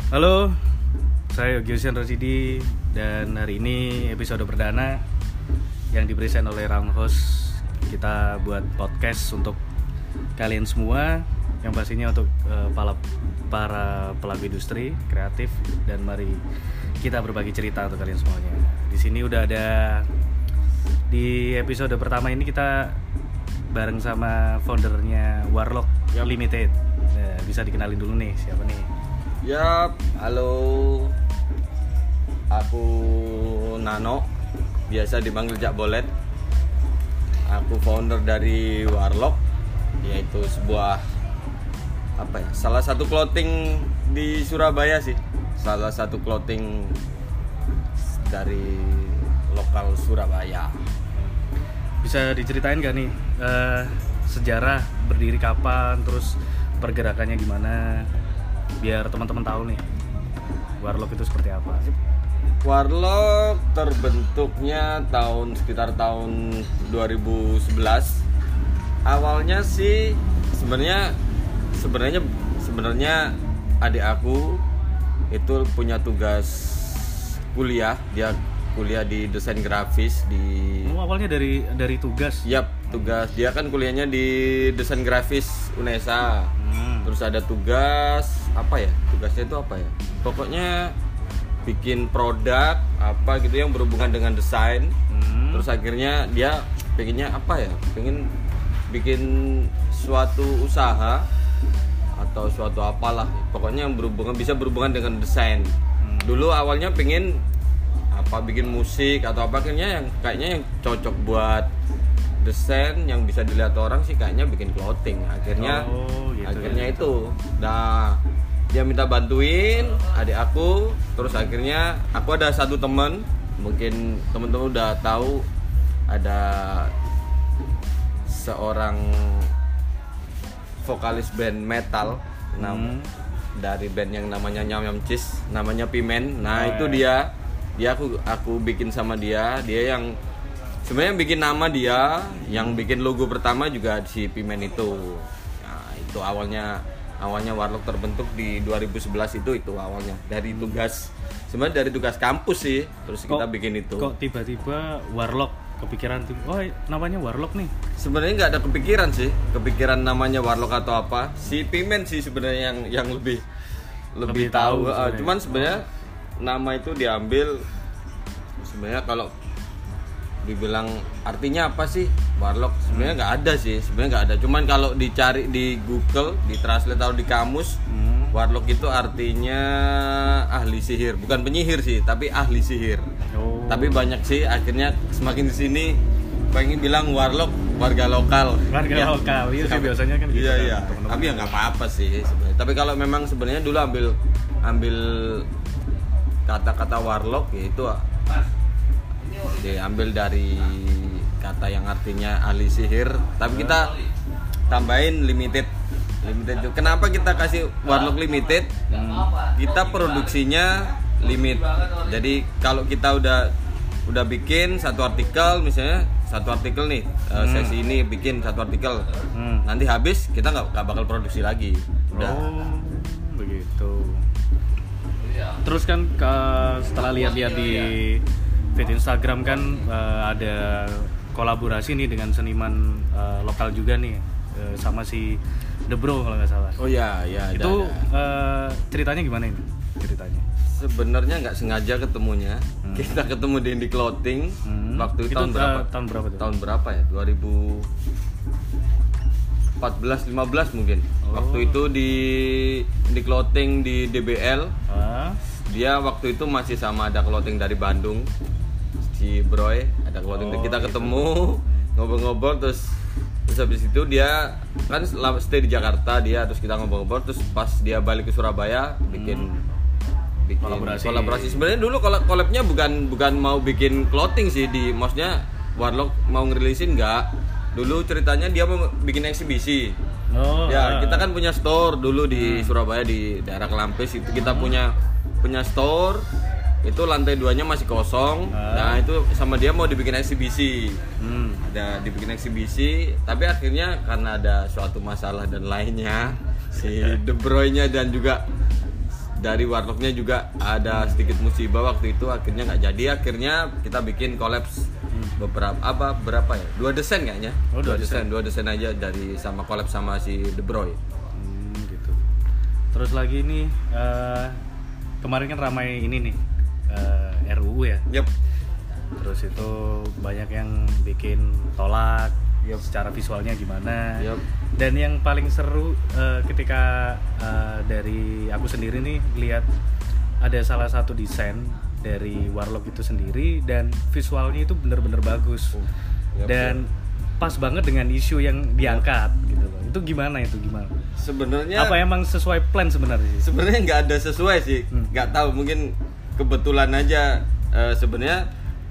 Halo, saya Yogi Hussein Rosidi dan hari ini episode perdana yang dipresent oleh Round Host. Kita buat podcast untuk kalian semua, yang pastinya untuk para pelaku industri kreatif, dan mari kita berbagi cerita untuk kalian semuanya. Di sini udah ada, di episode pertama ini kita bareng sama foundernya Warlock Limited. Nah, bisa dikenalin dulu nih, siapa nih? Yap, halo. Aku Nano, biasa dipanggil Jak Bolet. Aku founder dari Warlock, yaitu sebuah salah satu clothing di Surabaya sih. Salah satu clothing dari lokal Surabaya. Bisa diceritain gak nih sejarah berdiri kapan, terus pergerakannya gimana, biar teman-teman tahu nih Warlock itu seperti apa? Warlock terbentuknya sekitar tahun 2011. Awalnya sih sebenarnya adik aku itu punya tugas kuliah. Dia kuliah di desain grafis di. Awalnya dari tugas. Yap, tugas. Dia kan kuliahnya di desain grafis UNESA. Terus ada tugas tugasnya itu pokoknya bikin produk yang berhubungan dengan desain. Terus akhirnya dia pengen bikin suatu usaha atau suatu pokoknya yang bisa berhubungan dengan desain. Dulu awalnya pengen bikin musik atau kayaknya yang cocok buat desain yang bisa dilihat orang sih kayaknya bikin clothing. Akhirnya itu. Nah, dia minta bantuin adik aku. Terus akhirnya aku ada satu teman, mungkin teman-teman udah tahu, ada seorang vokalis band metal dari band yang namanya Nyam Nyam Cheese, namanya Pimen. Nah, itu dia aku bikin sama dia yang sebenarnya bikin nama dia, yang bikin logo pertama juga si Pimen itu. Nah, itu awalnya Warlock terbentuk di 2011 itu awalnya dari tugas kampus sih. Terus kita bikin itu. Kok tiba-tiba Warlock kepikiran tuh, namanya Warlock nih? Sebenarnya nggak ada kepikiran namanya Warlock atau apa. Si Pimen sih sebenarnya yang lebih tahu. Cuman sebenarnya nama itu diambil, sebenarnya kalau dibilang artinya apa sih Warlock, sebenarnya nggak ada. Cuman kalau dicari di Google, di translate atau di kamus, Warlock itu artinya ahli sihir, bukan penyihir sih, tapi ahli sihir. Tapi banyak sih akhirnya semakin di sini pengen bilang Warlock warga lokal. Lokal, iya sih biasanya kan gitu. Iya. Tapi ya nggak apa-apa sih sebenarnya. Tapi kalau memang sebenarnya dulu ambil kata-kata Warlock, yaitu diambil dari kata yang artinya ahli sihir, tapi kita tambahin limited. Kenapa kita kasih Warlock Limited? Kita produksinya limit. Jadi kalau kita udah bikin satu artikel, misalnya satu artikel nih, sesi ini bikin satu artikel, nanti habis kita nggak bakal produksi lagi. Udah. Begitu. Terus kan setelah lihat-lihat di feed Instagram kan ada kolaborasi nih dengan seniman lokal juga nih, sama si The Bro kalau nggak salah. Oh iya. Itu ceritanya gimana ini? Ceritanya? Sebenarnya nggak sengaja ketemunya. Kita ketemu di Indie Clothing. Waktu itu tahun berapa? Tahun berapa ya? 2014-15 mungkin. Waktu itu di Indie Clothing di DBL. Dia waktu itu masih sama ada clothing dari Bandung, si Broy, ada clothing. Kita ketemu, ngobrol-ngobrol, terus habis itu dia kan stay di Jakarta dia, terus kita ngobrol-ngobrol, terus pas dia balik ke Surabaya bikin kolaborasi. Sebenarnya dulu collabnya bukan mau bikin clothing sih, maksudnya Warlock mau ngerilisin enggak. Dulu ceritanya dia mau bikin eksibisi. Kita kan punya store dulu di Surabaya di daerah Kelampis itu, kita punya store itu, lantai 2-nya masih kosong. Nah itu sama dia mau dibikin eksibisi. Ada dibikin eksibisi, tapi akhirnya karena ada suatu masalah dan lainnya, si The Broy-nya dan juga dari Warlocknya juga ada sedikit musibah waktu itu, akhirnya nggak jadi. Akhirnya kita bikin kolaps berapa ya? 2 desain kayaknya. 2 desain aja dari sama kolaps sama si The Broy. Gitu. Terus lagi nih kemarin kan ramai ini nih RUU ya. Yep. Terus itu banyak yang bikin tolak. Secara visualnya gimana. Dan yang paling seru ketika dari aku sendiri nih lihat ada salah satu desain dari Warlock itu sendiri dan visualnya itu bener-bener bagus. Dan pas banget dengan isu yang diangkat gitu loh. Itu gimana? Sebenarnya apa emang sesuai plan sebenarnya sih? Sebenarnya nggak ada sesuai sih. Nggak tahu, mungkin kebetulan aja sebenarnya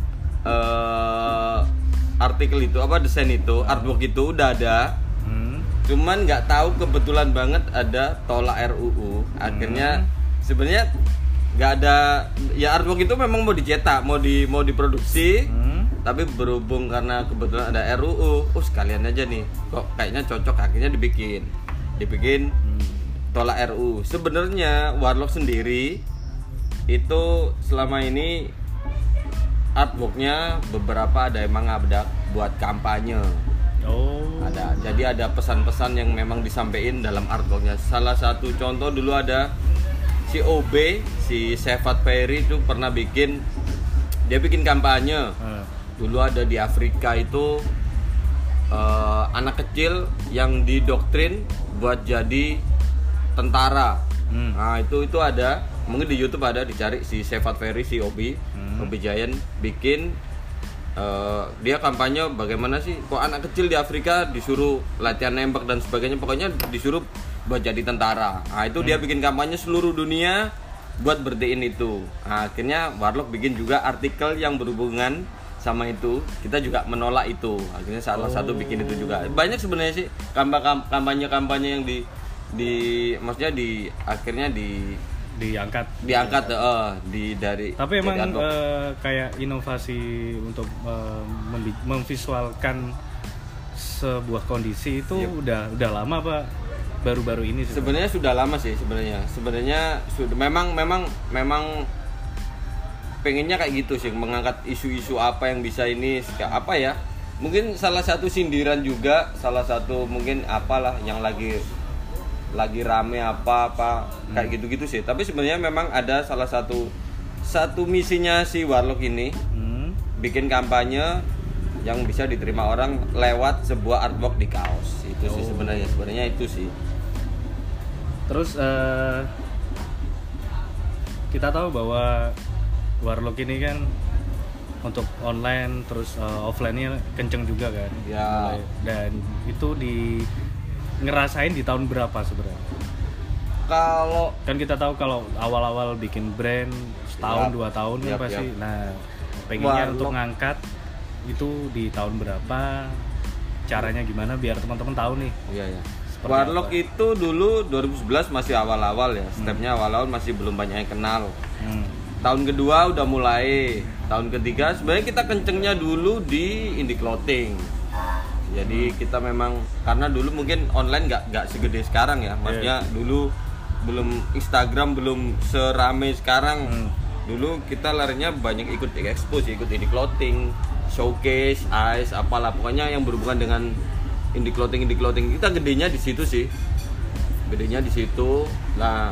artikel itu desain itu, artwork itu udah ada. Cuman nggak tahu kebetulan banget ada tolak RUU. Akhirnya sebenarnya nggak ada ya, artwork itu memang mau dicetak, mau diproduksi. Tapi berhubung karena kebetulan ada RUU, sekalian aja nih. Kok kayaknya cocok, akhirnya dibikin tolak RUU. Sebenarnya Warlock sendiri itu selama ini artworknya beberapa ada buat kampanye. Jadi ada pesan-pesan yang memang disampaikan dalam artworknya. Salah satu contoh dulu ada si OB, si Shepard Fairey itu pernah bikin kampanye. Dulu ada di Afrika itu anak kecil yang didoktrin buat jadi tentara. Nah itu ada, mungkin di YouTube ada, dicari si Shepard Fairey, si OB Giant bikin dia kampanye bagaimana sih kok anak kecil di Afrika disuruh latihan nembak dan sebagainya, pokoknya disuruh buat jadi tentara. Nah itu dia bikin kampanye seluruh dunia buat berdein itu. Nah, akhirnya Warlock bikin juga artikel yang berhubungan sama itu, kita juga menolak itu. Akhirnya salah satu bikin itu juga. Banyak sebenarnya sih kampanye-kampanye yang maksudnya akhirnya diangkat dari. Tapi emang kayak inovasi untuk memvisualkan sebuah kondisi itu udah lama apa baru-baru ini sih? Sebenarnya sudah lama sih sebenarnya sudah memang pengennya kayak gitu sih, mengangkat isu-isu apa yang bisa ini apa ya, mungkin salah satu sindiran juga, salah satu mungkin apalah yang lagi rame apa kayak gitu-gitu sih. Tapi sebenarnya memang ada salah satu misinya si Warlock ini bikin kampanye yang bisa diterima orang lewat sebuah artwork di kaos. Itu sih sebenarnya itu sih. Terus kita tahu bahwa Warlock ini kan untuk online terus offline-nya kenceng juga kan. Ya. Dan itu ngerasain di tahun berapa sebenarnya? Kalau kan kita tahu kalau awal-awal bikin brand setahun 2 tahun kan pasti. Nah, pengennya Warlock untuk ngangkat itu di tahun berapa? Caranya gimana biar teman-teman tahu nih? Iya. Warlock itu dulu 2011 masih awal-awal ya. Stepnya awal-awal masih belum banyak yang kenal. Tahun kedua udah mulai. Tahun ketiga sebenarnya kita kencengnya dulu di indie clothing. Jadi kita memang karena dulu mungkin online nggak segede sekarang ya. Maksudnya dulu belum Instagram belum serame sekarang. Dulu kita larinya banyak ikut expo, ikut indie clothing, showcase, ice, apalah pokoknya yang berhubungan dengan indie clothing. Kita gedenya di situ sih. Nah,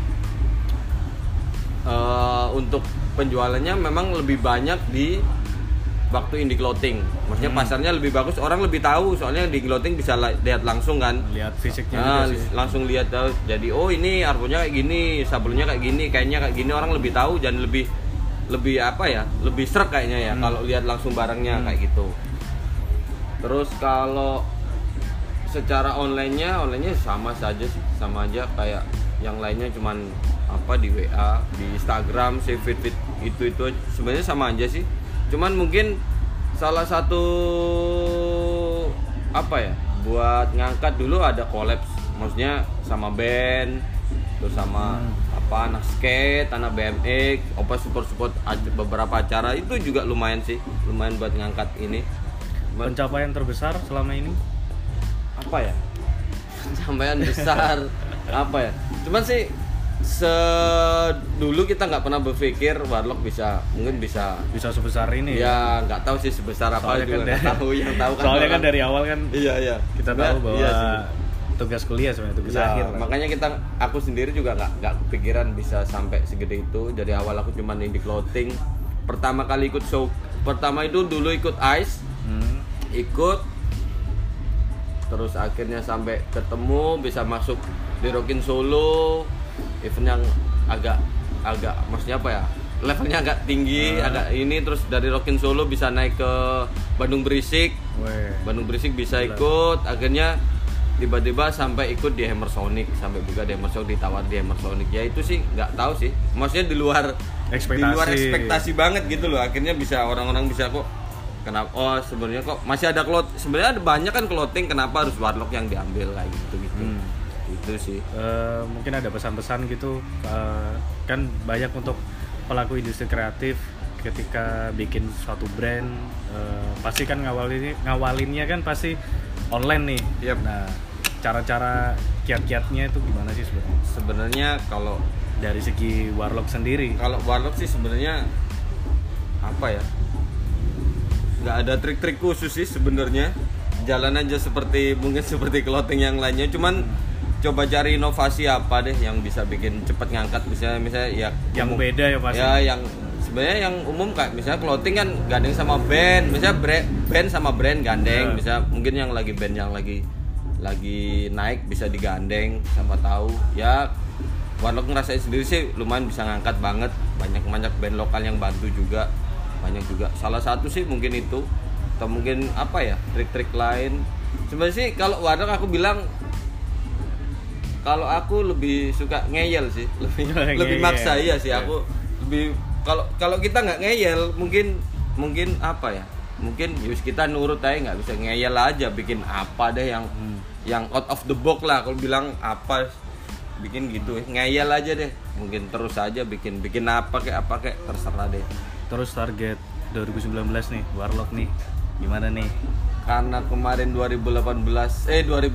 untuk penjualannya memang lebih banyak di waktu indie clothing. Maksudnya pasarnya lebih bagus, orang lebih tahu soalnya di clothing bisa lihat langsung kan. Lihat fisiknya langsung lihat tahu. Jadi ini artworknya kayak gini, sablonnya kayak gini, kayaknya kayak gini, orang lebih tahu dan lebih apa ya? Lebih srek kayaknya ya kalau lihat langsung barangnya kayak gitu. Terus kalau secara online-nya sama saja sih, sama aja kayak yang lainnya, cuman di WA, di Instagram, save feed itu sebenarnya sama aja sih. Cuman mungkin salah satu buat ngangkat dulu ada collab, maksudnya sama band, terus sama anak skate, anak BMX, support beberapa acara itu juga lumayan buat ngangkat ini. Pencapaian terbesar selama ini pencapaian besar cuman sih dulu kita nggak pernah berpikir Warlock mungkin bisa sebesar ini. Ya nggak tahu sih sebesar apa juga nggak tahu, yang tahu kan soalnya kan dari awal kan iya kita tahu bahwa tugas kuliah sebenarnya tugas akhir. Makanya aku sendiri juga nggak kepikiran bisa sampai segede itu. Dari awal aku cuma indie clothing. Pertama kali ikut show pertama itu dulu ikut Ice, ikut terus akhirnya sampai ketemu bisa masuk di Rockin Solo, event yang agak maksudnya apa ya, levelnya agak tinggi, agak ini, terus dari Rockin Solo bisa naik ke Bandung Berisik. Bandung Berisik bisa ikut, akhirnya tiba-tiba sampai ikut di Hammer Sonic, sampai buka di Hammer Sonic, ditawar di Hammer Sonic. Ya itu sih nggak tahu sih, maksudnya di luar ekspektasi banget gitu loh. Akhirnya bisa orang-orang bisa kok kenapa sebenarnya kok masih ada sebenarnya ada banyak kan clothing, kenapa harus Warlock yang diambil kayak gitu. Itu sih. Mungkin ada pesan-pesan gitu, kan banyak untuk pelaku industri kreatif ketika bikin suatu brand, pasti kan ngawalinnya kan pasti online nih. Nah, cara-cara kiat-kiatnya itu gimana sih sebenarnya? Sebenarnya kalau dari segi Warlock sendiri, kalau Warlock sih sebenarnya apa ya, nggak ada trik-trik khusus sih sebenarnya, jalan aja mungkin seperti clothing yang lainnya, cuman coba cari inovasi apa deh yang bisa bikin cepet ngangkat, misalnya ya yang umum, beda ya pasti. Ya yang sebenarnya yang umum kayak misalnya clothing kan gandeng sama band, misalnya band sama brand gandeng, misalnya mungkin yang lagi band yang lagi naik bisa digandeng, sama tahu ya. Warlock ngerasain sendiri sih lumayan bisa ngangkat banget, banyak band lokal yang bantu juga, banyak juga. Salah satu sih mungkin itu, atau mungkin apa ya, trik-trik lain. Sebenarnya sih kalau Warlock aku bilang, kalau aku lebih suka ngeyel sih, lebih maksa ya sih aku. Lebih kalau kita nggak ngeyel, mungkin apa ya? Mungkin yus kita nurut aja, nggak bisa ngeyel aja, bikin apa deh yang out of the box lah. Kalau bilang apa, bikin gitu, ngeyel aja deh. Mungkin terus aja bikin apa kayak terserah deh. Terus target 2019 nih, Warlock nih, gimana nih? Karena kemarin 2017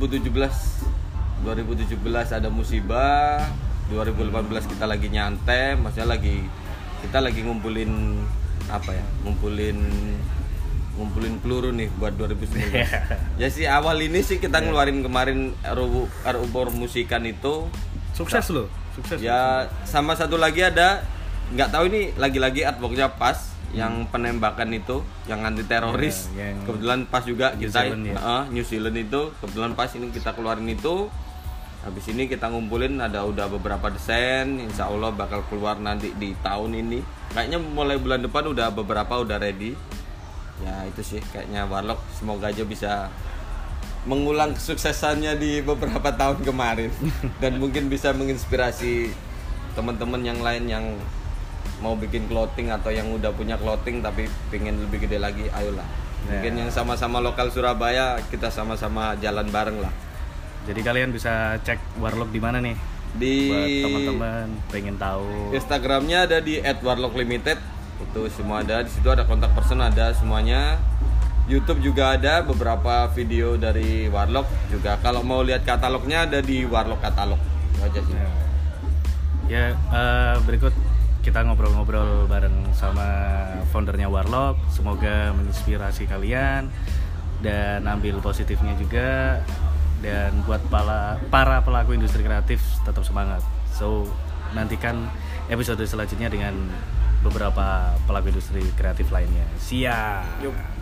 ada musibah, 2018 kita lagi nyantai, maksudnya kita lagi ngumpulin apa ya, ngumpulin peluru nih buat 2019. Ya sih awal ini sih kita ngeluarin kemarin RU Musikan itu sukses loh, sukses. Ya sama satu lagi ada, nggak tahu ini lagi-lagi artworknya pas, yang penembakan itu, yang anti teroris, kebetulan pas juga kita New Zealand itu kebetulan pas ini kita keluarin itu. Habis ini kita ngumpulin udah beberapa desain, insya Allah bakal keluar nanti di tahun ini. Kayaknya mulai bulan depan udah ready. Ya itu sih kayaknya Warlock, semoga aja bisa mengulang kesuksesannya di beberapa tahun kemarin dan mungkin bisa menginspirasi teman-teman yang lain yang mau bikin clothing atau yang udah punya clothing tapi pengen lebih gede lagi. Ayolah, mungkin yang sama-sama lokal Surabaya, kita sama-sama jalan bareng lah. Jadi kalian bisa cek Warlock di mana nih? Buat teman-teman pengen tahu. Instagramnya ada di @warlocklimited, itu semua ada di situ, ada kontak person, ada semuanya. YouTube juga ada beberapa video dari Warlock juga. Kalau mau lihat katalognya ada di Warlock katalog. Itu aja sih. Ya, berikut kita ngobrol-ngobrol bareng sama foundernya Warlock. Semoga menginspirasi kalian dan ambil positifnya juga. Dan buat para pelaku industri kreatif tetap semangat. So, nantikan episode selanjutnya dengan beberapa pelaku industri kreatif lainnya. Siap.